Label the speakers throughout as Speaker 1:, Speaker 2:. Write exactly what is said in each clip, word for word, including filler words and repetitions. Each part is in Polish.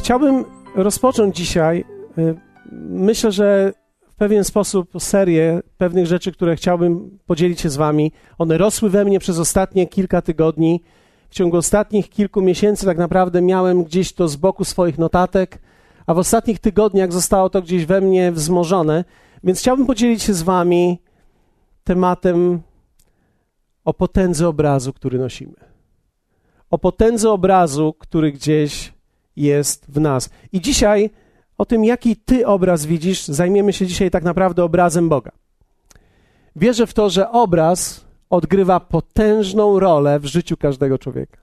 Speaker 1: Chciałbym rozpocząć dzisiaj, myślę, że w pewien sposób serię pewnych rzeczy, które chciałbym podzielić się z wami. One rosły we mnie przez ostatnie kilka tygodni. W ciągu ostatnich kilku miesięcy tak naprawdę miałem gdzieś to z boku swoich notatek, a w ostatnich tygodniach zostało to gdzieś we mnie wzmożone, więc chciałbym podzielić się z wami tematem o potędze obrazu, który nosimy. O potędze obrazu, który gdzieś jest w nas. I dzisiaj o tym, jaki ty obraz widzisz, zajmiemy się dzisiaj tak naprawdę obrazem Boga. Wierzę w to, że obraz odgrywa potężną rolę w życiu każdego człowieka.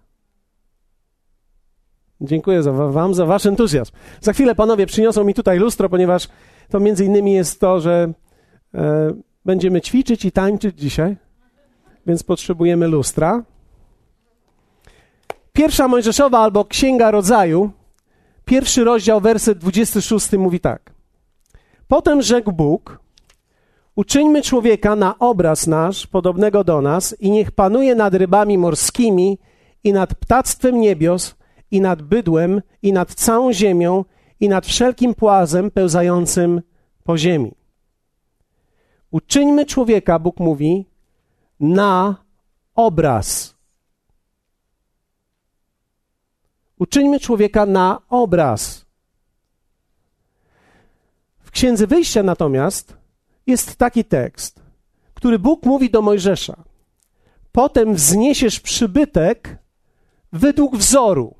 Speaker 1: Dziękuję za, wam za wasz entuzjazm. Za chwilę panowie przyniosą mi tutaj lustro, ponieważ to między innymi jest to, że e, będziemy ćwiczyć i tańczyć dzisiaj, więc potrzebujemy lustra. Pierwsza Mojżeszowa albo Księga Rodzaju, pierwszy rozdział, werset dwudziesty szósty mówi tak. Potem rzekł Bóg, uczyńmy człowieka na obraz nasz, podobnego do nas, i niech panuje nad rybami morskimi i nad ptactwem niebios i nad bydłem i nad całą ziemią i nad wszelkim płazem pełzającym po ziemi. Uczyńmy człowieka, Bóg mówi, na obraz. Uczyńmy człowieka na obraz. W Księdze Wyjścia natomiast jest taki tekst, który Bóg mówi do Mojżesza. Potem wzniesiesz przybytek według wzoru,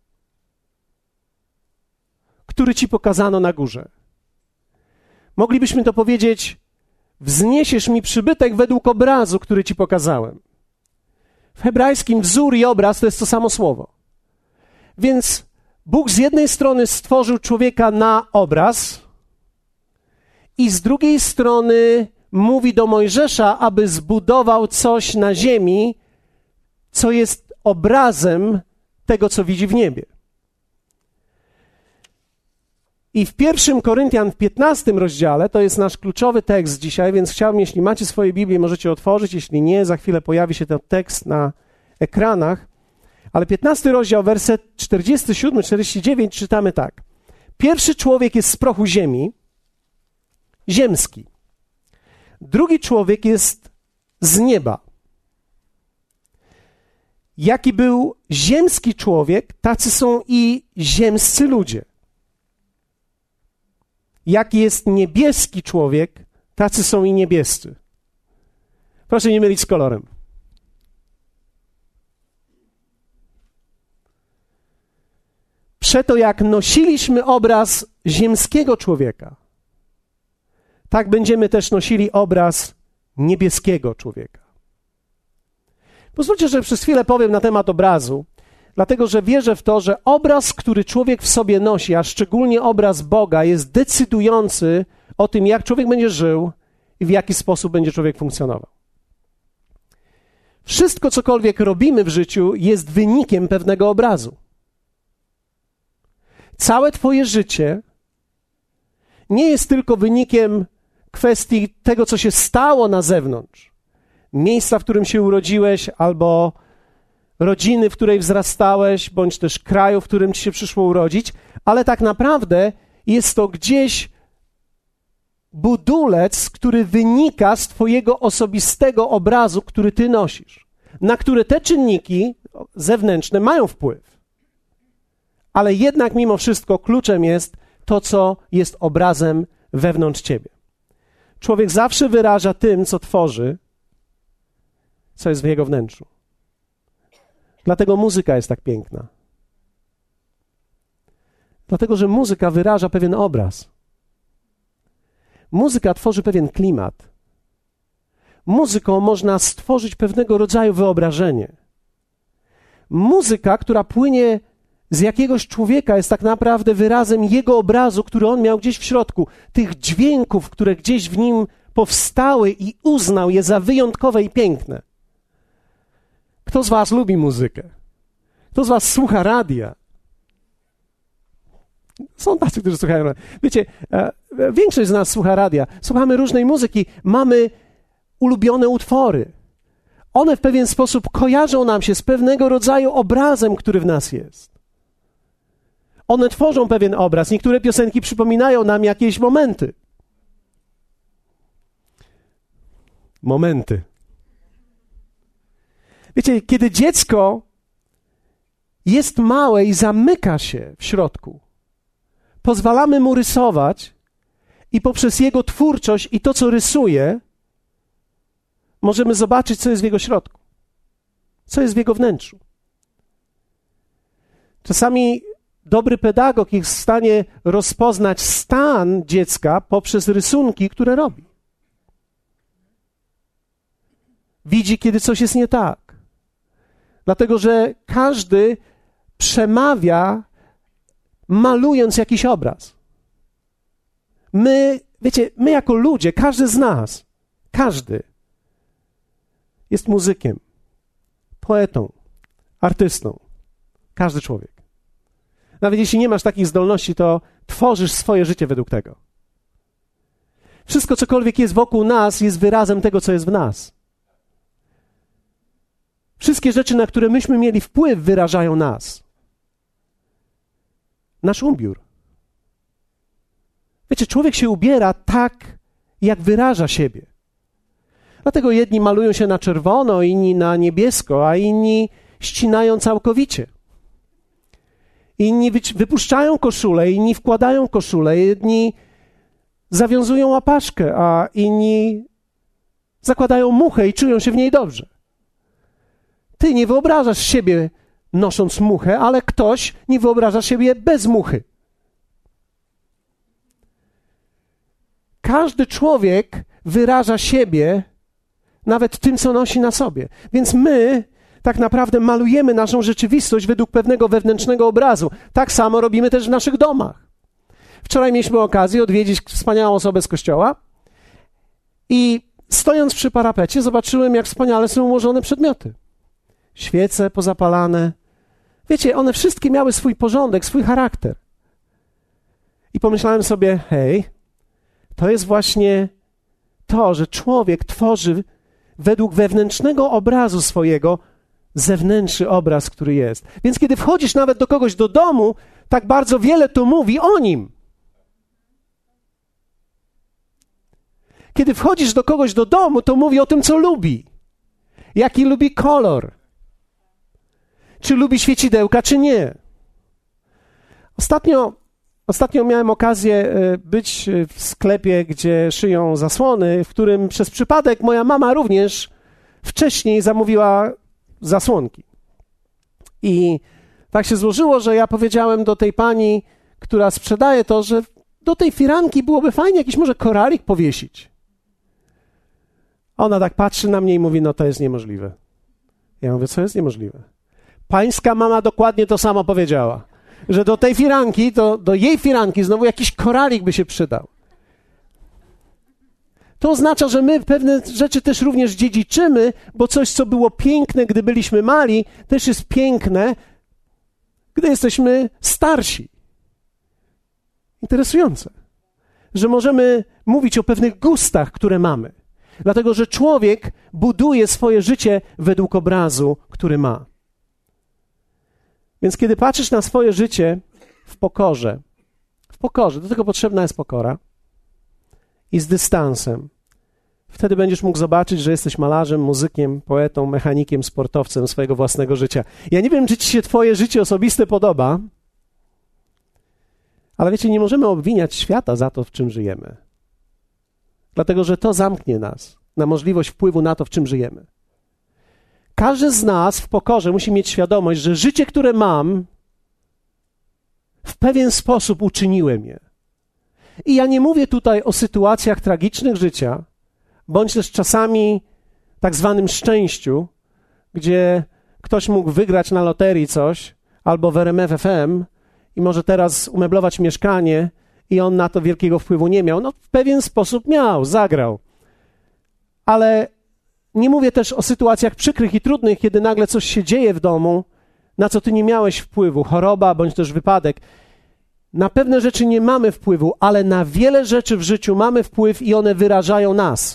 Speaker 1: który ci pokazano na górze. Moglibyśmy to powiedzieć, wzniesiesz mi przybytek według obrazu, który ci pokazałem. W hebrajskim wzór i obraz to jest to samo słowo. Więc Bóg z jednej strony stworzył człowieka na obraz i z drugiej strony mówi do Mojżesza, aby zbudował coś na ziemi, co jest obrazem tego, co widzi w niebie. I w pierwszym Koryntian w piętnastym rozdziale, to jest nasz kluczowy tekst dzisiaj, więc chciałbym, jeśli macie swoje Biblię, możecie otworzyć, jeśli nie, za chwilę pojawi się ten tekst na ekranach. Ale piętnasty rozdział, werset czterdziesty siódmy czterdzieści dziewięć czytamy tak. Pierwszy człowiek jest z prochu ziemi, ziemski. Drugi człowiek jest z nieba. Jaki był ziemski człowiek, tacy są i ziemscy ludzie. Jaki jest niebieski człowiek, tacy są i niebiescy. Proszę nie mylić z kolorem. Przeto jak nosiliśmy obraz ziemskiego człowieka, tak będziemy też nosili obraz niebieskiego człowieka. Pozwólcie, że przez chwilę powiem na temat obrazu, dlatego że wierzę w to, że obraz, który człowiek w sobie nosi, a szczególnie obraz Boga, jest decydujący o tym, jak człowiek będzie żył i w jaki sposób będzie człowiek funkcjonował. Wszystko, cokolwiek robimy w życiu, jest wynikiem pewnego obrazu. Całe twoje życie nie jest tylko wynikiem kwestii tego, co się stało na zewnątrz. Miejsca, w którym się urodziłeś, albo rodziny, w której wzrastałeś, bądź też kraju, w którym ci się przyszło urodzić, ale tak naprawdę jest to gdzieś budulec, który wynika z twojego osobistego obrazu, który ty nosisz, na które te czynniki zewnętrzne mają wpływ. Ale jednak mimo wszystko kluczem jest to, co jest obrazem wewnątrz ciebie. Człowiek zawsze wyraża tym, co tworzy, co jest w jego wnętrzu. Dlatego muzyka jest tak piękna. Dlatego, że muzyka wyraża pewien obraz. Muzyka tworzy pewien klimat. Muzyką można stworzyć pewnego rodzaju wyobrażenie. Muzyka, która płynie z jakiegoś człowieka, jest tak naprawdę wyrazem jego obrazu, który on miał gdzieś w środku, tych dźwięków, które gdzieś w nim powstały i uznał je za wyjątkowe i piękne. Kto z was lubi muzykę? Kto z was słucha radia? Są tacy, którzy słuchają radia. Wiecie, większość z nas słucha radia. Słuchamy różnej muzyki. Mamy ulubione utwory. One w pewien sposób kojarzą nam się z pewnego rodzaju obrazem, który w nas jest. One tworzą pewien obraz. Niektóre piosenki przypominają nam jakieś momenty. Momenty. Wiecie, kiedy dziecko jest małe i zamyka się w środku, pozwalamy mu rysować i poprzez jego twórczość i to, co rysuje, możemy zobaczyć, co jest w jego środku, co jest w jego wnętrzu. Czasami dobry pedagog jest w stanie rozpoznać stan dziecka poprzez rysunki, które robi. Widzi, kiedy coś jest nie tak. Dlatego, że każdy przemawia, malując jakiś obraz. My, wiecie, my jako ludzie, każdy z nas, każdy jest muzykiem, poetą, artystą. Każdy człowiek. Nawet jeśli nie masz takich zdolności, to tworzysz swoje życie według tego. Wszystko, cokolwiek jest wokół nas, jest wyrazem tego, co jest w nas. Wszystkie rzeczy, na które myśmy mieli wpływ, wyrażają nas. Nasz ubiór. Wiecie, człowiek się ubiera tak, jak wyraża siebie. Dlatego jedni malują się na czerwono, inni na niebiesko, a inni ścinają całkowicie. Inni wypuszczają koszulę, inni wkładają koszulę, jedni zawiązują łapaszkę, a inni zakładają muchę i czują się w niej dobrze. Ty nie wyobrażasz siebie nosząc muchę, ale ktoś nie wyobraża siebie bez muchy. Każdy człowiek wyraża siebie nawet tym, co nosi na sobie. Więc my tak naprawdę malujemy naszą rzeczywistość według pewnego wewnętrznego obrazu. Tak samo robimy też w naszych domach. Wczoraj mieliśmy okazję odwiedzić wspaniałą osobę z kościoła i stojąc przy parapecie zobaczyłem, jak wspaniale są ułożone przedmioty. Świece pozapalane. Wiecie, one wszystkie miały swój porządek, swój charakter. I pomyślałem sobie, hej, to jest właśnie to, że człowiek tworzy według wewnętrznego obrazu swojego zewnętrzny obraz, który jest. Więc kiedy wchodzisz nawet do kogoś do domu, tak bardzo wiele to mówi o nim. Kiedy wchodzisz do kogoś do domu, to mówi o tym, co lubi. Jaki lubi kolor. Czy lubi świecidełka, czy nie. Ostatnio, ostatnio miałem okazję być w sklepie, gdzie szyją zasłony, w którym przez przypadek moja mama również wcześniej zamówiła zasłonki. I tak się złożyło, że ja powiedziałem do tej pani, która sprzedaje to, że do tej firanki byłoby fajnie jakiś może koralik powiesić. Ona tak patrzy na mnie i mówi, no to jest niemożliwe. Ja mówię, co jest niemożliwe? Pańska mama dokładnie to samo powiedziała, że do tej firanki, to do jej firanki znowu jakiś koralik by się przydał. To oznacza, że my pewne rzeczy też również dziedziczymy, bo coś, co było piękne, gdy byliśmy mali, też jest piękne, gdy jesteśmy starsi. Interesujące, że możemy mówić o pewnych gustach, które mamy. Dlatego, że człowiek buduje swoje życie według obrazu, który ma. Więc kiedy patrzysz na swoje życie w pokorze, w pokorze, do tego potrzebna jest pokora i z dystansem, wtedy będziesz mógł zobaczyć, że jesteś malarzem, muzykiem, poetą, mechanikiem, sportowcem swojego własnego życia. Ja nie wiem, czy ci się twoje życie osobiste podoba, ale wiecie, nie możemy obwiniać świata za to, w czym żyjemy. Dlatego, że to zamknie nas na możliwość wpływu na to, w czym żyjemy. Każdy z nas w pokorze musi mieć świadomość, że życie, które mam, w pewien sposób uczyniłem je. I ja nie mówię tutaj o sytuacjach tragicznych życia, bądź też czasami tak zwanym szczęściu, gdzie ktoś mógł wygrać na loterii coś, albo w R M F F M i może teraz umeblować mieszkanie i on na to wielkiego wpływu nie miał. No w pewien sposób miał, zagrał. Ale nie mówię też o sytuacjach przykrych i trudnych, kiedy nagle coś się dzieje w domu, na co ty nie miałeś wpływu, choroba bądź też wypadek. Na pewne rzeczy nie mamy wpływu, ale na wiele rzeczy w życiu mamy wpływ i one wyrażają nas.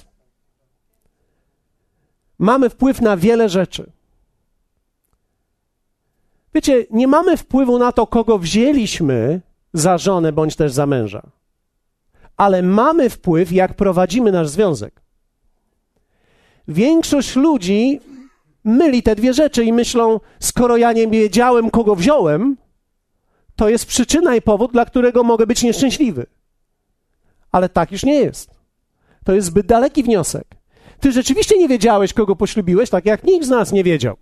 Speaker 1: Mamy wpływ na wiele rzeczy. Wiecie, nie mamy wpływu na to, kogo wzięliśmy za żonę bądź też za męża. Ale mamy wpływ, jak prowadzimy nasz związek. Większość ludzi myli te dwie rzeczy i myślą, skoro ja nie wiedziałem, kogo wziąłem, to jest przyczyna i powód, dla którego mogę być nieszczęśliwy. Ale tak już nie jest. To jest zbyt daleki wniosek. Ty rzeczywiście nie wiedziałeś, kogo poślubiłeś, tak jak nikt z nas nie wiedział.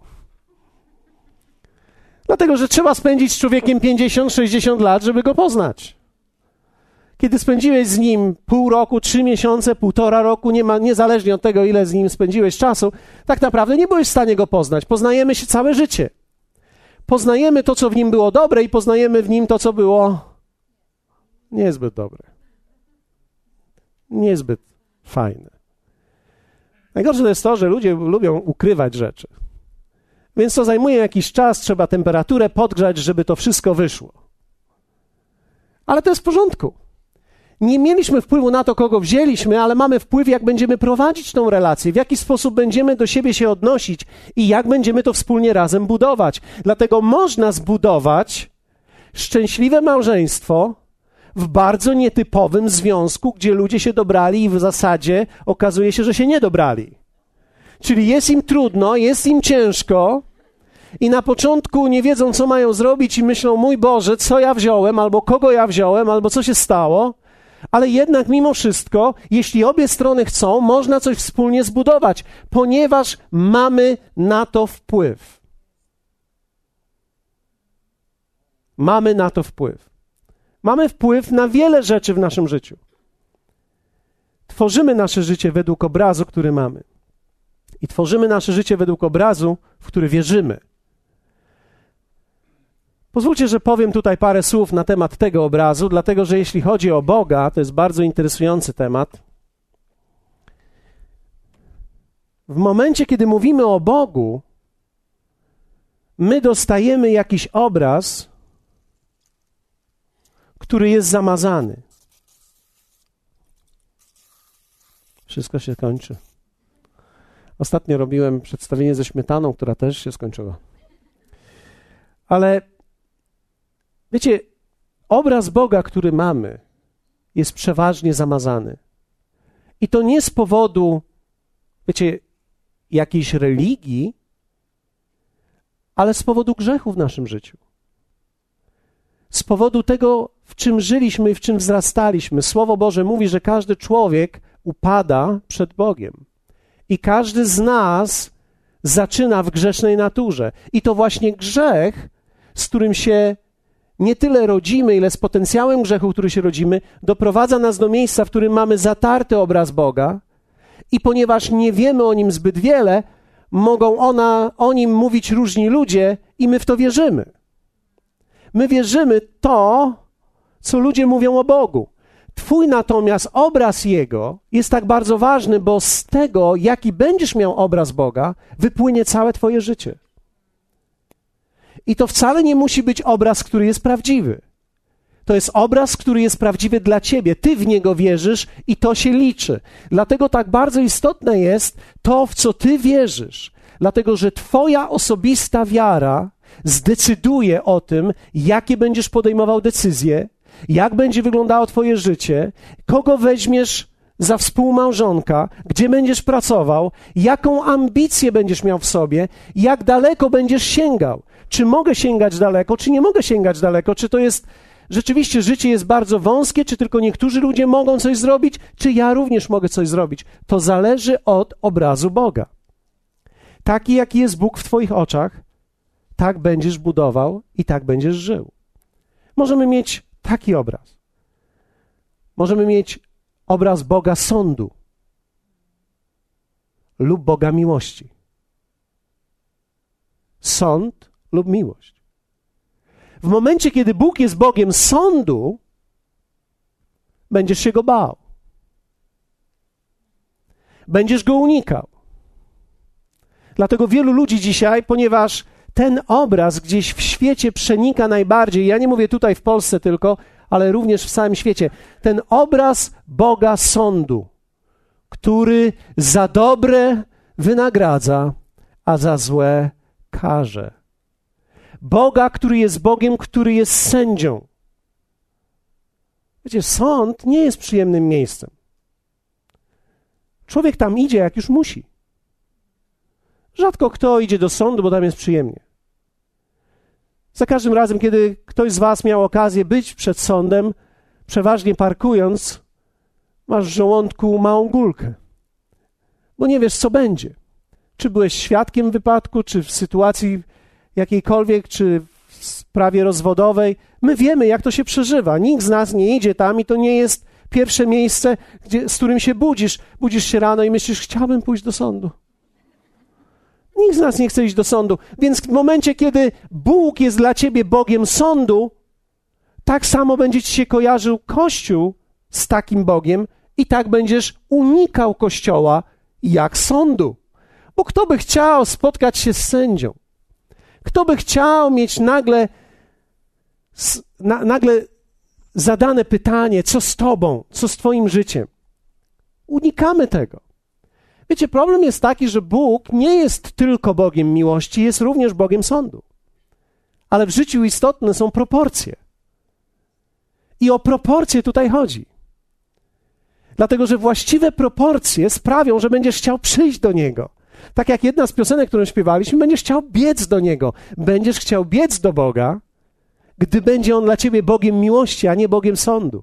Speaker 1: Dlatego, że trzeba spędzić z człowiekiem pięćdziesiąt sześćdziesiąt lat, żeby go poznać. Kiedy spędziłeś z nim pół roku, trzy miesiące, półtora roku, nie ma, niezależnie od tego, ile z nim spędziłeś czasu, tak naprawdę nie byłeś w stanie go poznać. Poznajemy się całe życie. Poznajemy to, co w nim było dobre i poznajemy w nim to, co było niezbyt dobre. Niezbyt fajne. Najgorsze to jest to, że ludzie lubią ukrywać rzeczy. Więc to zajmuje jakiś czas, trzeba temperaturę podgrzać, żeby to wszystko wyszło. Ale to jest w porządku. Nie mieliśmy wpływu na to, kogo wzięliśmy, ale mamy wpływ, jak będziemy prowadzić tą relację, w jaki sposób będziemy do siebie się odnosić i jak będziemy to wspólnie razem budować. Dlatego można zbudować szczęśliwe małżeństwo w bardzo nietypowym związku, gdzie ludzie się dobrali i w zasadzie okazuje się, że się nie dobrali. Czyli jest im trudno, jest im ciężko i na początku nie wiedzą, co mają zrobić i myślą, mój Boże, co ja wziąłem, albo kogo ja wziąłem, albo co się stało, ale jednak mimo wszystko, jeśli obie strony chcą, można coś wspólnie zbudować, ponieważ mamy na to wpływ. Mamy na to wpływ. Mamy wpływ na wiele rzeczy w naszym życiu. Tworzymy nasze życie według obrazu, który mamy. I tworzymy nasze życie według obrazu, w który wierzymy. Pozwólcie, że powiem tutaj parę słów na temat tego obrazu, dlatego że jeśli chodzi o Boga, to jest bardzo interesujący temat. W momencie, kiedy mówimy o Bogu, my dostajemy jakiś obraz, który jest zamazany. Wszystko się kończy. Ostatnio robiłem przedstawienie ze śmietaną, która też się skończyła. Ale wiecie, obraz Boga, który mamy, jest przeważnie zamazany. I to nie z powodu, wiecie, jakiejś religii, ale z powodu grzechu w naszym życiu. Z powodu tego, w czym żyliśmy i w czym wzrastaliśmy. Słowo Boże mówi, że każdy człowiek upada przed Bogiem. I każdy z nas zaczyna w grzesznej naturze. I to właśnie grzech, z którym się nie tyle rodzimy, ile z potencjałem grzechu, który się rodzimy, doprowadza nas do miejsca, w którym mamy zatarty obraz Boga i ponieważ nie wiemy o Nim zbyt wiele, mogą ona, o Nim mówić różni ludzie i my w to wierzymy. My wierzymy to, co ludzie mówią o Bogu. Twój natomiast obraz Jego jest tak bardzo ważny, bo z tego, jaki będziesz miał obraz Boga, wypłynie całe twoje życie. I to wcale nie musi być obraz, który jest prawdziwy. To jest obraz, który jest prawdziwy dla ciebie. Ty w niego wierzysz i to się liczy. Dlatego tak bardzo istotne jest to, w co ty wierzysz. Dlatego, że twoja osobista wiara zdecyduje o tym, jakie będziesz podejmował decyzje, jak będzie wyglądało twoje życie, kogo weźmiesz za współmałżonka, gdzie będziesz pracował, jaką ambicję będziesz miał w sobie, jak daleko będziesz sięgał. Czy mogę sięgać daleko, czy nie mogę sięgać daleko, czy to jest rzeczywiście życie jest bardzo wąskie, czy tylko niektórzy ludzie mogą coś zrobić, czy ja również mogę coś zrobić. To zależy od obrazu Boga. Taki, jaki jest Bóg w twoich oczach, tak będziesz budował i tak będziesz żył. Możemy mieć taki obraz. Możemy mieć obraz Boga sądu lub Boga miłości. Sąd lub miłość. W momencie, kiedy Bóg jest Bogiem sądu, będziesz się Go bał. Będziesz Go unikał. Dlatego wielu ludzi dzisiaj, ponieważ ten obraz gdzieś w świecie przenika najbardziej, ja nie mówię tutaj w Polsce tylko, ale również w całym świecie, ten obraz Boga sądu, który za dobre wynagradza, a za złe karze. Boga, który jest Bogiem, który jest sędzią. Wiecie, sąd nie jest przyjemnym miejscem. Człowiek tam idzie, jak już musi. Rzadko kto idzie do sądu, bo tam jest przyjemnie. Za każdym razem, kiedy ktoś z was miał okazję być przed sądem, przeważnie parkując, masz w żołądku małą gulkę, bo nie wiesz, co będzie. Czy byłeś świadkiem wypadku, czy w sytuacji jakiejkolwiek, czy w sprawie rozwodowej. My wiemy, jak to się przeżywa. Nikt z nas nie idzie tam i to nie jest pierwsze miejsce, gdzie, z którym się budzisz. Budzisz się rano i myślisz, chciałbym pójść do sądu. Nikt z nas nie chce iść do sądu. Więc w momencie, kiedy Bóg jest dla ciebie Bogiem sądu, tak samo będzie ci się kojarzył Kościół z takim Bogiem i tak będziesz unikał Kościoła jak sądu. Bo kto by chciał spotkać się z sędzią? Kto by chciał mieć nagle, na, nagle zadane pytanie, co z tobą, co z twoim życiem? Unikamy tego. Wiecie, problem jest taki, że Bóg nie jest tylko Bogiem miłości, jest również Bogiem sądu. Ale w życiu istotne są proporcje. I o proporcje tutaj chodzi. Dlatego, że właściwe proporcje sprawią, że będziesz chciał przyjść do Niego. Tak jak jedna z piosenek, którą śpiewaliśmy, będziesz chciał biec do Niego. Będziesz chciał biec do Boga, gdy będzie On dla ciebie Bogiem miłości, a nie Bogiem sądu.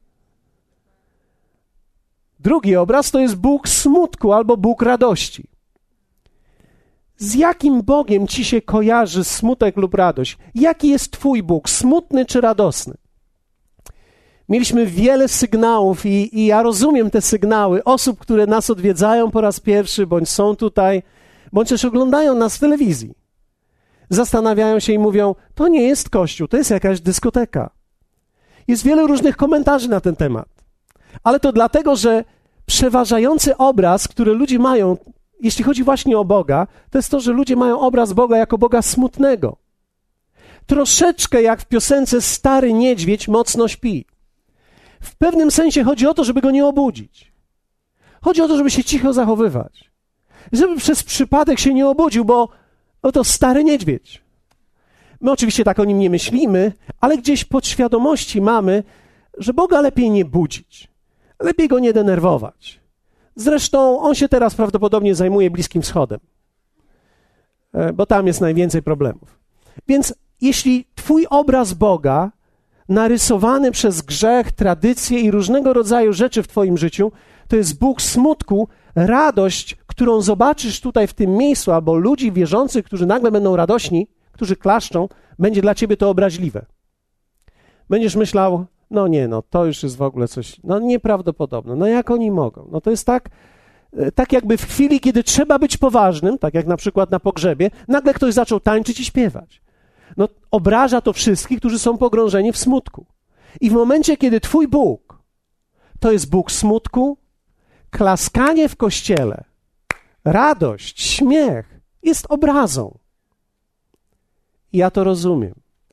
Speaker 1: Drugi obraz to jest Bóg smutku albo Bóg radości. Z jakim Bogiem ci się kojarzy smutek lub radość? Jaki jest twój Bóg, smutny czy radosny? Mieliśmy wiele sygnałów i, i ja rozumiem te sygnały osób, które nas odwiedzają po raz pierwszy, bądź są tutaj, bądź też oglądają nas w telewizji. Zastanawiają się i mówią, to nie jest kościół, to jest jakaś dyskoteka. Jest wiele różnych komentarzy na ten temat. Ale to dlatego, że przeważający obraz, który ludzie mają, jeśli chodzi właśnie o Boga, to jest to, że ludzie mają obraz Boga jako Boga smutnego. Troszeczkę jak w piosence Stary Niedźwiedź mocno śpi. W pewnym sensie chodzi o to, żeby go nie obudzić. Chodzi o to, żeby się cicho zachowywać. Żeby przez przypadek się nie obudził, bo no to stary niedźwiedź. My oczywiście tak o nim nie myślimy, ale gdzieś podświadomości mamy, że Boga lepiej nie budzić. Lepiej go nie denerwować. Zresztą on się teraz prawdopodobnie zajmuje Bliskim Wschodem, bo tam jest najwięcej problemów. Więc jeśli twój obraz Boga narysowany przez grzech, tradycje i różnego rodzaju rzeczy w twoim życiu, to jest Bóg smutku, radość, którą zobaczysz tutaj w tym miejscu, albo ludzi wierzących, którzy nagle będą radośni, którzy klaszczą, będzie dla ciebie to obraźliwe. Będziesz myślał, no nie, no to już jest w ogóle coś, no nieprawdopodobne, no jak oni mogą? No to jest tak, tak jakby w chwili, kiedy trzeba być poważnym, tak jak na przykład na pogrzebie, nagle ktoś zaczął tańczyć i śpiewać. No obraża to wszystkich, którzy są pogrążeni w smutku. I w momencie, kiedy twój Bóg to jest Bóg smutku, klaskanie w kościele, radość, śmiech jest obrazą. I ja to rozumiem.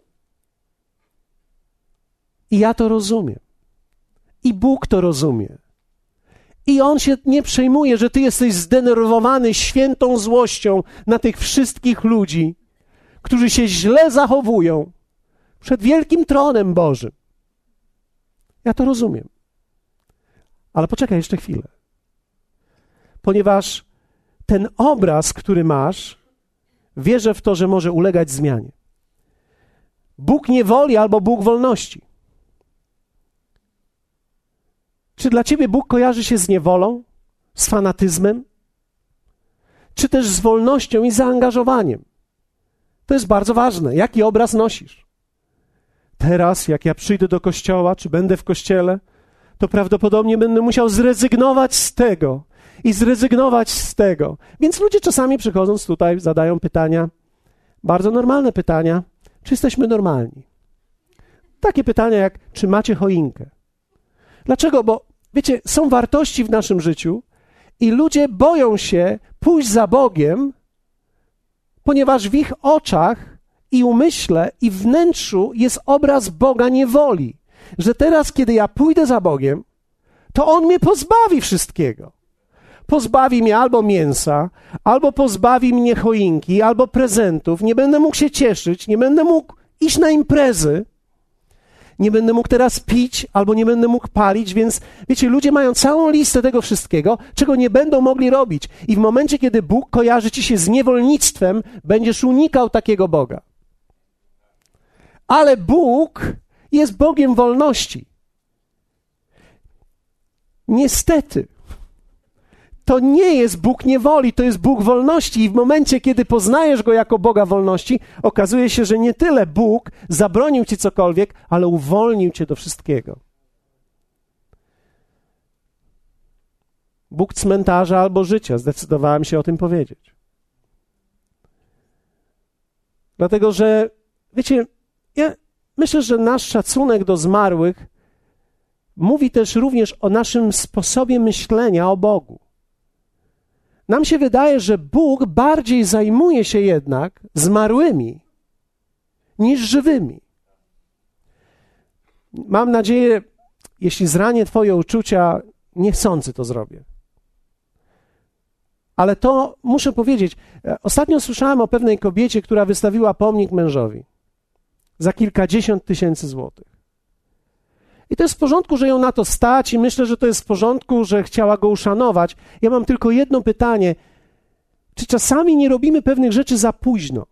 Speaker 1: I ja to rozumiem. I Bóg to rozumie. I On się nie przejmuje, że ty jesteś zdenerwowany świętą złością na tych wszystkich ludzi, którzy się źle zachowują przed wielkim tronem Bożym. Ja to rozumiem. Ale poczekaj jeszcze chwilę. Ponieważ ten obraz, który masz, wierzę w to, że może ulegać zmianie. Bóg niewoli albo Bóg wolności. Czy dla ciebie Bóg kojarzy się z niewolą, z fanatyzmem, czy też z wolnością i zaangażowaniem? To jest bardzo ważne. Jaki obraz nosisz? Teraz, jak ja przyjdę do kościoła, czy będę w kościele, to prawdopodobnie będę musiał zrezygnować z tego i zrezygnować z tego. Więc ludzie czasami przychodząc tutaj zadają pytania, bardzo normalne pytania, czy jesteśmy normalni? Takie pytania jak, czy macie choinkę? Dlaczego? Bo wiecie, są wartości w naszym życiu i ludzie boją się pójść za Bogiem, ponieważ w ich oczach i umyśle i wnętrzu jest obraz Boga niewoli. Że teraz, kiedy ja pójdę za Bogiem, to On mnie pozbawi wszystkiego. pozbawi mnie albo mięsa, albo pozbawi mnie choinki, albo prezentów, nie będę mógł się cieszyć, nie będę mógł iść na imprezy, nie będę mógł teraz pić, albo nie będę mógł palić, więc wiecie, ludzie mają całą listę tego wszystkiego, czego nie będą mogli robić. I w momencie, kiedy Bóg kojarzy ci się z niewolnictwem, będziesz unikał takiego Boga. Ale Bóg jest Bogiem wolności. Niestety, to nie jest Bóg niewoli, to jest Bóg wolności i w momencie, kiedy poznajesz Go jako Boga wolności, okazuje się, że nie tyle Bóg zabronił ci cokolwiek, ale uwolnił cię do wszystkiego. Bóg cmentarza albo życia, zdecydowałem się o tym powiedzieć. Dlatego, że wiecie, ja myślę, że nasz szacunek do zmarłych mówi też również o naszym sposobie myślenia o Bogu. Nam się wydaje, że Bóg bardziej zajmuje się jednak zmarłymi niż żywymi. Mam nadzieję, jeśli zranię twoje uczucia, niechcący to zrobię. Ale to muszę powiedzieć, ostatnio słyszałem o pewnej kobiecie, która wystawiła pomnik mężowi za kilkadziesiąt tysięcy złotych. I to jest w porządku, że ją na to stać i myślę, że to jest w porządku, że chciała go uszanować. Ja mam tylko jedno pytanie. Czy czasami nie robimy pewnych rzeczy za późno?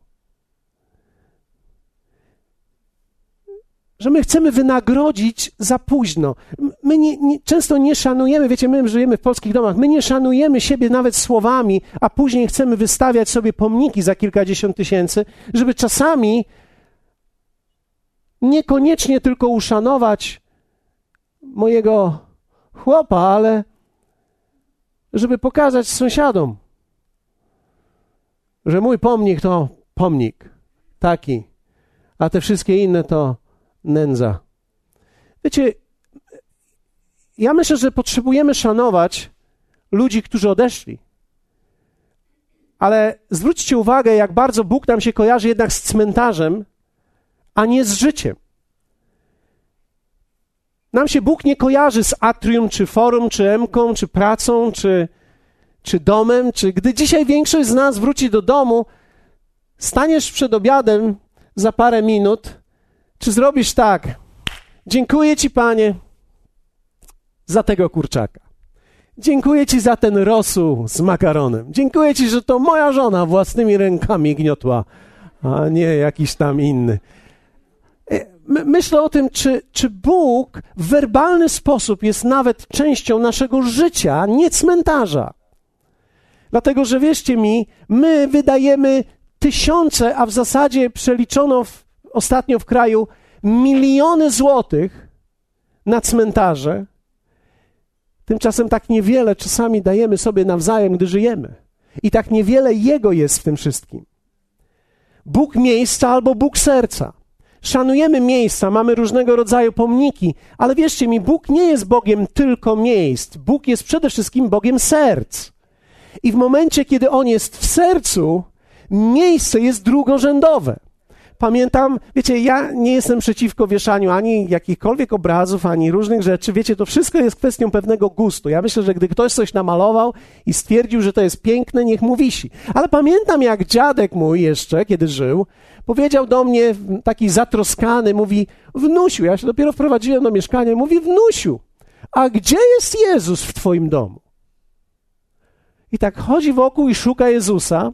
Speaker 1: Że my chcemy wynagrodzić za późno. My nie, nie, często nie szanujemy, wiecie, my żyjemy w polskich domach, my nie szanujemy siebie nawet słowami, a później chcemy wystawiać sobie pomniki za kilkadziesiąt tysięcy, żeby czasami niekoniecznie tylko uszanować mojego chłopa, ale żeby pokazać sąsiadom, że mój pomnik to pomnik taki, a te wszystkie inne to nędza. Wiecie, ja myślę, że potrzebujemy szanować ludzi, którzy odeszli. Ale zwróćcie uwagę, jak bardzo Bóg nam się kojarzy jednak z cmentarzem, a nie z życiem. Nam się Bóg nie kojarzy z atrium, czy forum, czy emką, czy pracą, czy, czy domem, czy gdy dzisiaj większość z nas wróci do domu, staniesz przed obiadem za parę minut, czy zrobisz tak: dziękuję Ci, Panie, za tego kurczaka. Dziękuję Ci za ten rosół z makaronem. Dziękuję Ci, że to moja żona własnymi rękami gniotła, a nie jakiś tam inny. Myślę o tym, czy, czy Bóg w werbalny sposób jest nawet częścią naszego życia, nie cmentarza. Dlatego, że wierzcie mi, my wydajemy tysiące, a w zasadzie przeliczono w, ostatnio w kraju miliony złotych na cmentarze. Tymczasem tak niewiele czasami dajemy sobie nawzajem, gdy żyjemy. I tak niewiele Jego jest w tym wszystkim. Bóg miejsca albo Bóg serca. Szanujemy miejsca, mamy różnego rodzaju pomniki, ale wierzcie mi, Bóg nie jest Bogiem tylko miejsc. Bóg jest przede wszystkim Bogiem serc. I w momencie, kiedy On jest w sercu, miejsce jest drugorzędowe. Pamiętam, wiecie, ja nie jestem przeciwko wieszaniu ani jakichkolwiek obrazów, ani różnych rzeczy. Wiecie, to wszystko jest kwestią pewnego gustu. Ja myślę, że gdy ktoś coś namalował i stwierdził, że to jest piękne, niech mu wisi. Ale pamiętam, jak dziadek mój jeszcze, kiedy żył, powiedział do mnie taki zatroskany, mówi: wnusiu, ja się dopiero wprowadziłem do mieszkania, mówi: wnusiu, a gdzie jest Jezus w twoim domu? I tak chodzi wokół i szuka Jezusa.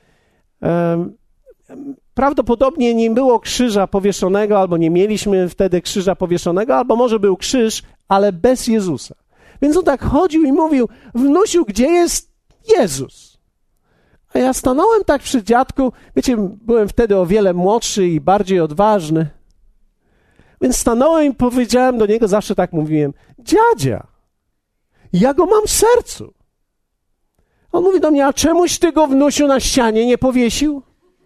Speaker 1: Um, Prawdopodobnie nie było krzyża powieszonego, albo nie mieliśmy wtedy krzyża powieszonego, albo może był krzyż, ale bez Jezusa. Więc on tak chodził i mówił: wnusiu, gdzie jest Jezus? A ja stanąłem tak przy dziadku, wiecie, byłem wtedy o wiele młodszy i bardziej odważny. Więc stanąłem i powiedziałem do niego, zawsze tak mówiłem: dziadzia, ja go mam w sercu. On mówi do mnie: a czemuś ty go, wnusiu, na ścianie nie powiesił?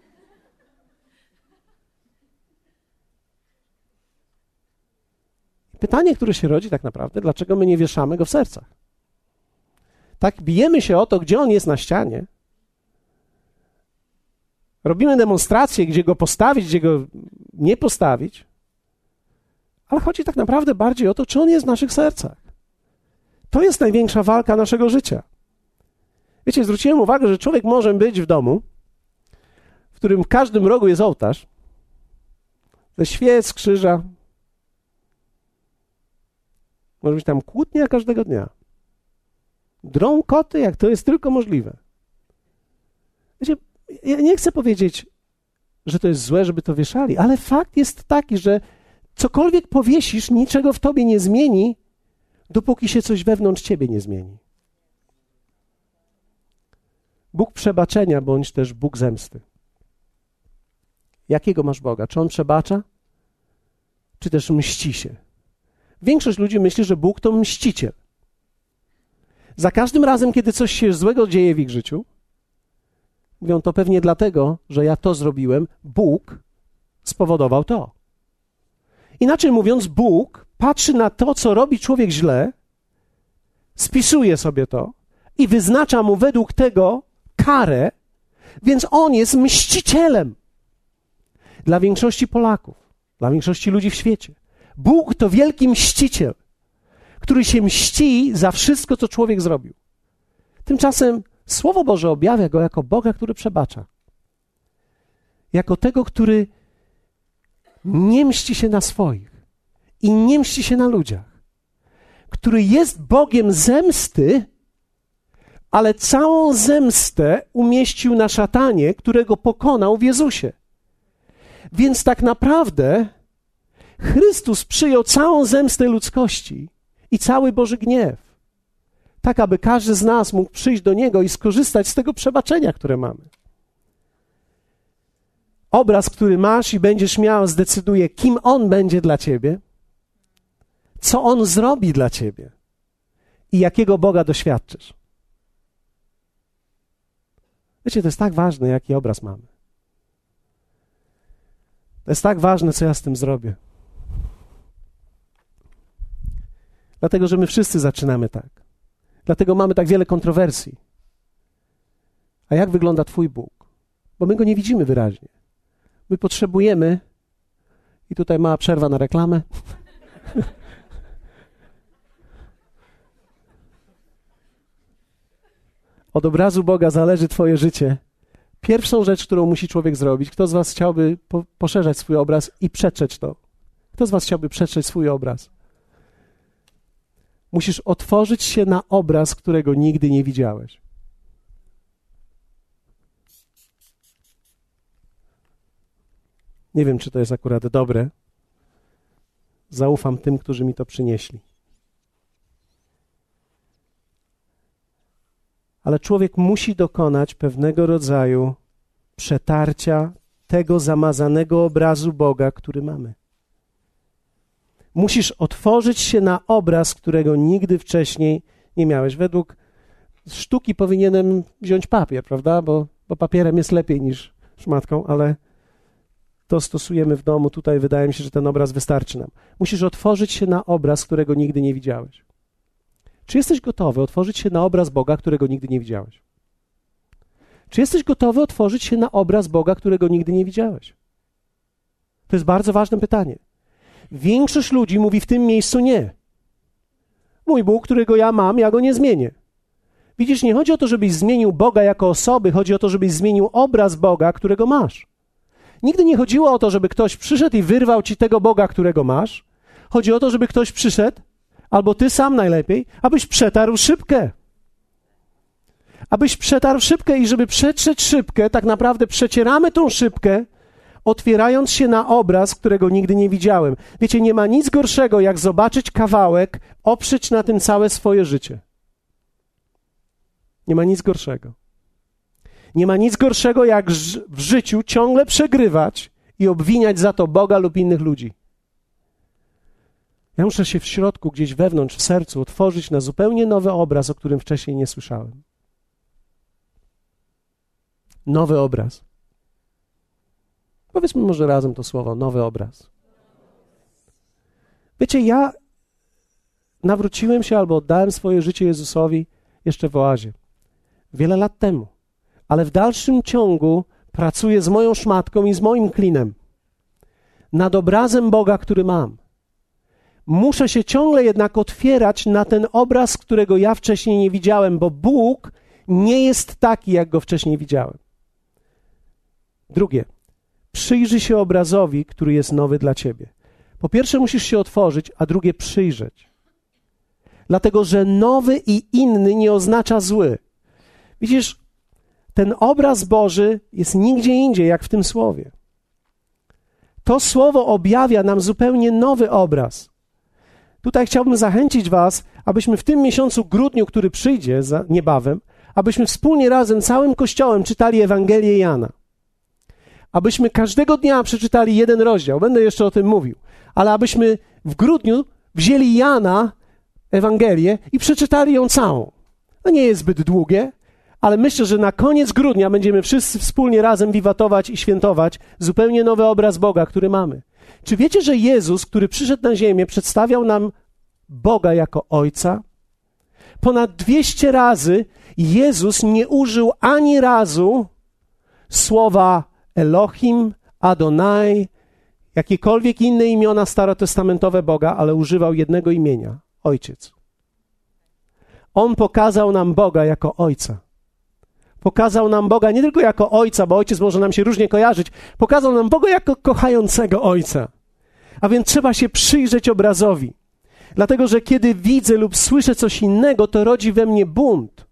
Speaker 1: Pytanie, które się rodzi tak naprawdę, dlaczego my nie wieszamy go w sercach? Tak bijemy się o to, gdzie on jest na ścianie. Robimy demonstracje, gdzie go postawić, gdzie go nie postawić. Ale chodzi tak naprawdę bardziej o to, czy on jest w naszych sercach. To jest największa walka naszego życia. Wiecie, zwróciłem uwagę, że człowiek może być w domu, w którym w każdym rogu jest ołtarz, ze świec, krzyża. Może być tam kłótnia każdego dnia. Drą koty, jak to jest tylko możliwe. Wiecie, ja nie chcę powiedzieć, że to jest złe, żeby to wieszali, ale fakt jest taki, że cokolwiek powiesisz, niczego w tobie nie zmieni, dopóki się coś wewnątrz ciebie nie zmieni. Bóg przebaczenia, bądź też Bóg zemsty. Jakiego masz Boga? Czy On przebacza? Czy też mści się? Większość ludzi myśli, że Bóg to mściciel. Za każdym razem, kiedy coś się złego dzieje w ich życiu, mówią, to pewnie dlatego, że ja to zrobiłem, Bóg spowodował to. Inaczej mówiąc, Bóg patrzy na to, co robi człowiek źle, spisuje sobie to i wyznacza mu według tego karę, więc On jest mścicielem. Dla większości Polaków, dla większości ludzi w świecie. Bóg to wielki mściciel, który się mści za wszystko, co człowiek zrobił. Tymczasem Słowo Boże objawia Go jako Boga, który przebacza. Jako tego, który nie mści się na swoich i nie mści się na ludziach. Który jest Bogiem zemsty, ale całą zemstę umieścił na szatanie, którego pokonał w Jezusie. Więc tak naprawdę Chrystus przyjął całą zemstę ludzkości i cały Boży gniew, tak aby każdy z nas mógł przyjść do Niego i skorzystać z tego przebaczenia, które mamy. Obraz, który masz i będziesz miał, zdecyduje, kim On będzie dla ciebie, co On zrobi dla ciebie i jakiego Boga doświadczysz. Wiecie, to jest tak ważne, jaki obraz mamy. To jest tak ważne, co ja z tym zrobię. Dlatego, że my wszyscy zaczynamy tak. Dlatego mamy tak wiele kontrowersji. A jak wygląda Twój Bóg? Bo my Go nie widzimy wyraźnie. My potrzebujemy, i tutaj mała przerwa na reklamę, od obrazu Boga zależy Twoje życie. Pierwszą rzecz, którą musi człowiek zrobić, kto z was chciałby po, poszerzać swój obraz i przetrzeć to? Kto z was chciałby przetrzeć swój obraz? Musisz otworzyć się na obraz, którego nigdy nie widziałeś. Nie wiem, czy to jest akurat dobre. Zaufam tym, którzy mi to przynieśli. Ale człowiek musi dokonać pewnego rodzaju przetarcia tego zamazanego obrazu Boga, który mamy. Musisz otworzyć się na obraz, którego nigdy wcześniej nie miałeś. Według sztuki powinienem wziąć papier, prawda? Bo, bo papierem jest lepiej niż szmatką, ale to stosujemy w domu. Tutaj wydaje mi się, że ten obraz wystarczy nam. Musisz otworzyć się na obraz, którego nigdy nie widziałeś. Czy jesteś gotowy otworzyć się na obraz Boga, którego nigdy nie widziałeś? Czy jesteś gotowy otworzyć się na obraz Boga, którego nigdy nie widziałeś? To jest bardzo ważne pytanie. Większość ludzi mówi w tym miejscu nie. Mój Bóg, którego ja mam, ja go nie zmienię. Widzisz, nie chodzi o to, żebyś zmienił Boga jako osoby, chodzi o to, żebyś zmienił obraz Boga, którego masz. Nigdy nie chodziło o to, żeby ktoś przyszedł i wyrwał ci tego Boga, którego masz. Chodzi o to, żeby ktoś przyszedł, albo ty sam najlepiej, abyś przetarł szybkę. Abyś przetarł szybkę i żeby przetrzeć szybkę, tak naprawdę przecieramy tą szybkę, otwierając się na obraz, którego nigdy nie widziałem. Wiecie, nie ma nic gorszego, jak zobaczyć kawałek, oprzeć na tym całe swoje życie. Nie ma nic gorszego. Nie ma nic gorszego, jak w życiu ciągle przegrywać i obwiniać za to Boga lub innych ludzi. Ja muszę się w środku, gdzieś wewnątrz, w sercu otworzyć na zupełnie nowy obraz, o którym wcześniej nie słyszałem. Nowy obraz. Powiedzmy może razem to słowo, nowy obraz. Wiecie, ja nawróciłem się albo oddałem swoje życie Jezusowi jeszcze w oazie. Wiele lat temu. Ale w dalszym ciągu pracuję z moją szmatką i z moim klinem. Nad obrazem Boga, który mam. Muszę się ciągle jednak otwierać na ten obraz, którego ja wcześniej nie widziałem, bo Bóg nie jest taki, jak go wcześniej widziałem. Drugie, przyjrzyj się obrazowi, który jest nowy dla ciebie. Po pierwsze musisz się otworzyć, a drugie przyjrzeć. Dlatego, że nowy i inny nie oznacza zły. Widzisz, ten obraz Boży jest nigdzie indziej, jak w tym słowie. To słowo objawia nam zupełnie nowy obraz. Tutaj chciałbym zachęcić was, abyśmy w tym miesiącu grudniu, który przyjdzie za niebawem, abyśmy wspólnie razem całym Kościołem czytali Ewangelię Jana. Abyśmy każdego dnia przeczytali jeden rozdział. Będę jeszcze o tym mówił. Ale abyśmy w grudniu wzięli Jana, Ewangelię, i przeczytali ją całą. No nie jest zbyt długie, ale myślę, że na koniec grudnia będziemy wszyscy wspólnie razem wiwatować i świętować zupełnie nowy obraz Boga, który mamy. Czy wiecie, że Jezus, który przyszedł na ziemię, przedstawiał nam Boga jako Ojca? Ponad dwieście razy Jezus nie użył ani razu słowa Elohim, Adonai, jakiekolwiek inne imiona starotestamentowe Boga, ale używał jednego imienia – Ojciec. On pokazał nam Boga jako Ojca. Pokazał nam Boga nie tylko jako Ojca, bo Ojciec może nam się różnie kojarzyć. Pokazał nam Boga jako kochającego Ojca. A więc trzeba się przyjrzeć obrazowi. Dlatego, że kiedy widzę lub słyszę coś innego, to rodzi we mnie bunt,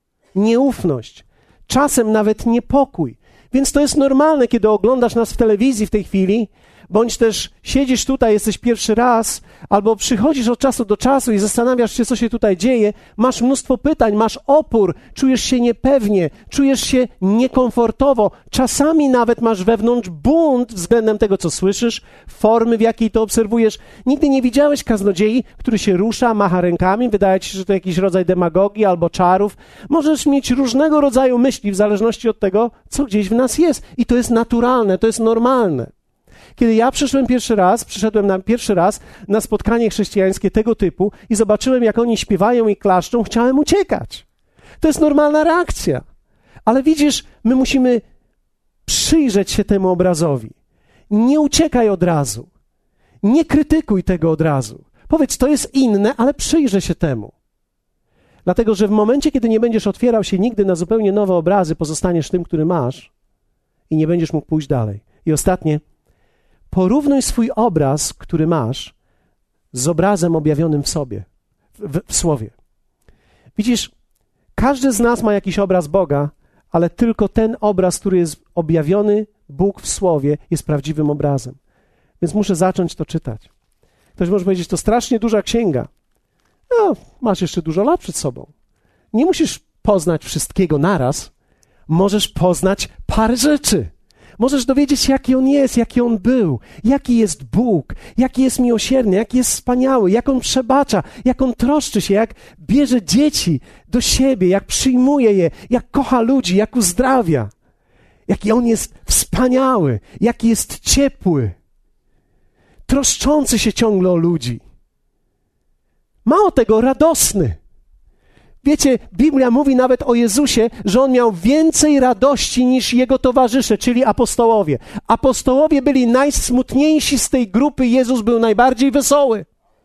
Speaker 1: nieufność, czasem nawet niepokój. Więc to jest normalne, kiedy oglądasz nas w telewizji w tej chwili, bądź też siedzisz tutaj, jesteś pierwszy raz, albo przychodzisz od czasu do czasu i zastanawiasz się, co się tutaj dzieje, masz mnóstwo pytań, masz opór, czujesz się niepewnie, czujesz się niekomfortowo, czasami nawet masz wewnątrz bunt względem tego, co słyszysz, formy, w jakiej to obserwujesz. Nigdy nie widziałeś kaznodziei, który się rusza, macha rękami, wydaje ci się, że to jakiś rodzaj demagogii albo czarów. Możesz mieć różnego rodzaju myśli w zależności od tego, co gdzieś w nas jest. I to jest naturalne, to jest normalne. Kiedy ja przyszłem pierwszy raz, przyszedłem na pierwszy raz na spotkanie chrześcijańskie tego typu i zobaczyłem, jak oni śpiewają i klaszczą, chciałem uciekać. To jest normalna reakcja. Ale widzisz, my musimy przyjrzeć się temu obrazowi. Nie uciekaj od razu. Nie krytykuj tego od razu. Powiedz, to jest inne, ale przyjrzę się temu. Dlatego, że w momencie, kiedy nie będziesz otwierał się nigdy na zupełnie nowe obrazy, pozostaniesz tym, który masz i nie będziesz mógł pójść dalej. I ostatnie, porównuj swój obraz, który masz, z obrazem objawionym w sobie, w, w słowie. Widzisz, każdy z nas ma jakiś obraz Boga, ale tylko ten obraz, który jest objawiony Bóg w słowie, jest prawdziwym obrazem. Więc muszę zacząć to czytać. Ktoś może powiedzieć, to strasznie duża księga. No, masz jeszcze dużo lat przed sobą. Nie musisz poznać wszystkiego naraz. Możesz poznać parę rzeczy. Możesz dowiedzieć się, jaki On jest, jaki On był, jaki jest Bóg, jaki jest miłosierny, jaki jest wspaniały, jak On przebacza, jak On troszczy się, jak bierze dzieci do siebie, jak przyjmuje je, jak kocha ludzi, jak uzdrawia, jaki On jest wspaniały, jaki jest ciepły, troszczący się ciągle o ludzi. Mało tego, radosny. Wiecie, Biblia mówi nawet o Jezusie, że On miał więcej radości niż Jego towarzysze, czyli apostołowie. Apostołowie byli najsmutniejsi z tej grupy, Jezus był najbardziej wesoły.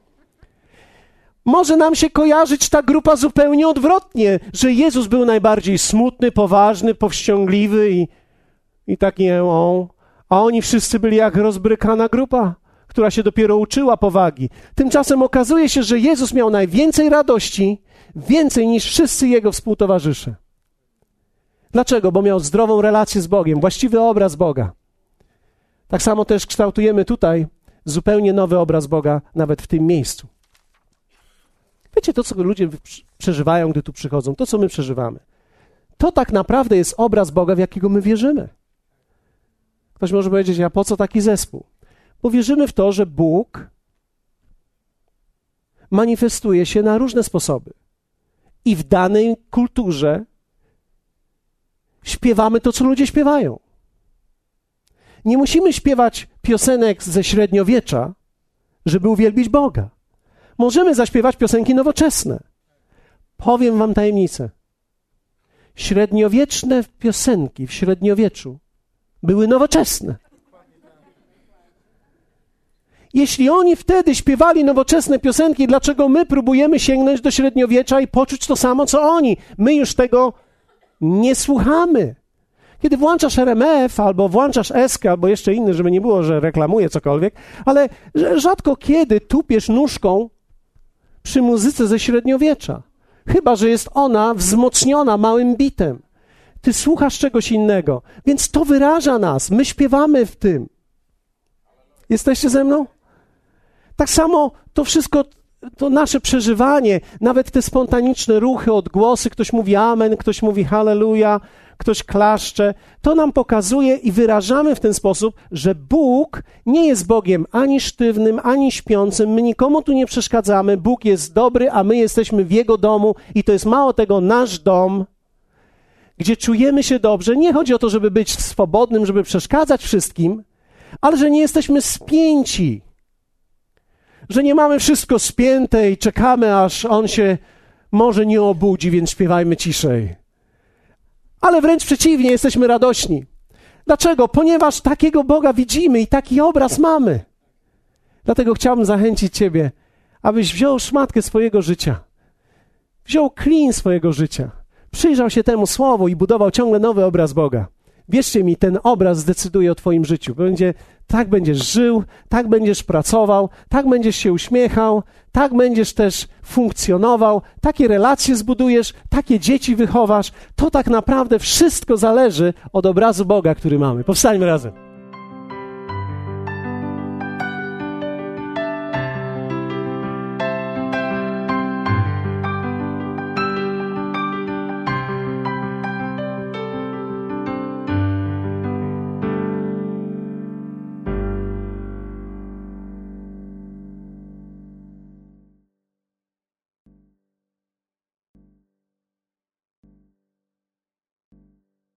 Speaker 1: Może nam się kojarzyć ta grupa zupełnie odwrotnie, że Jezus był najbardziej smutny, poważny, powściągliwy i, i taki o, a oni wszyscy byli jak rozbrykana grupa, która się dopiero uczyła powagi. Tymczasem okazuje się, że Jezus miał najwięcej radości, więcej niż wszyscy Jego współtowarzysze. Dlaczego? Bo miał zdrową relację z Bogiem, właściwy obraz Boga. Tak samo też kształtujemy tutaj zupełnie nowy obraz Boga, nawet w tym miejscu. Wiecie, to, co ludzie przeżywają, gdy tu przychodzą, to, co my przeżywamy, to tak naprawdę jest obraz Boga, w jakiego my wierzymy. Ktoś może powiedzieć, a po co taki zespół? Bo wierzymy w to, że Bóg manifestuje się na różne sposoby. I w danej kulturze śpiewamy to, co ludzie śpiewają. Nie musimy śpiewać piosenek ze średniowiecza, żeby uwielbić Boga. Możemy zaśpiewać piosenki nowoczesne. Powiem wam tajemnicę. Średniowieczne piosenki w średniowieczu były nowoczesne. Jeśli oni wtedy śpiewali nowoczesne piosenki, dlaczego my próbujemy sięgnąć do średniowiecza i poczuć to samo, co oni? My już tego nie słuchamy. Kiedy włączasz R M F, albo włączasz Eskę, albo jeszcze inny, żeby nie było, że reklamuję cokolwiek, ale rzadko kiedy tupiesz nóżką przy muzyce ze średniowiecza. Chyba że jest ona wzmocniona małym bitem. Ty słuchasz czegoś innego, więc to wyraża nas. My śpiewamy w tym. Jesteście ze mną? Tak samo to wszystko, to nasze przeżywanie, nawet te spontaniczne ruchy, odgłosy, ktoś mówi amen, ktoś mówi halleluja, ktoś klaszcze, to nam pokazuje i wyrażamy w ten sposób, że Bóg nie jest Bogiem ani sztywnym, ani śpiącym, my nikomu tu nie przeszkadzamy, Bóg jest dobry, a my jesteśmy w Jego domu i to jest mało tego nasz dom, gdzie czujemy się dobrze. Nie chodzi o to, żeby być swobodnym, żeby przeszkadzać wszystkim, ale że nie jesteśmy spięci, że nie mamy wszystko spięte i czekamy, aż On się może nie obudzi, więc śpiewajmy ciszej. Ale wręcz przeciwnie, jesteśmy radośni. Dlaczego? Ponieważ takiego Boga widzimy i taki obraz mamy. Dlatego chciałbym zachęcić Ciebie, abyś wziął szmatkę swojego życia, wziął klin swojego życia, przyjrzał się temu Słowu i budował ciągle nowy obraz Boga. Wierzcie mi, ten obraz zdecyduje o Twoim życiu. Będzie, tak będziesz żył, tak będziesz pracował, tak będziesz się uśmiechał, tak będziesz też funkcjonował, takie relacje zbudujesz, takie dzieci wychowasz. To tak naprawdę wszystko zależy od obrazu Boga, który mamy. Powstańmy razem.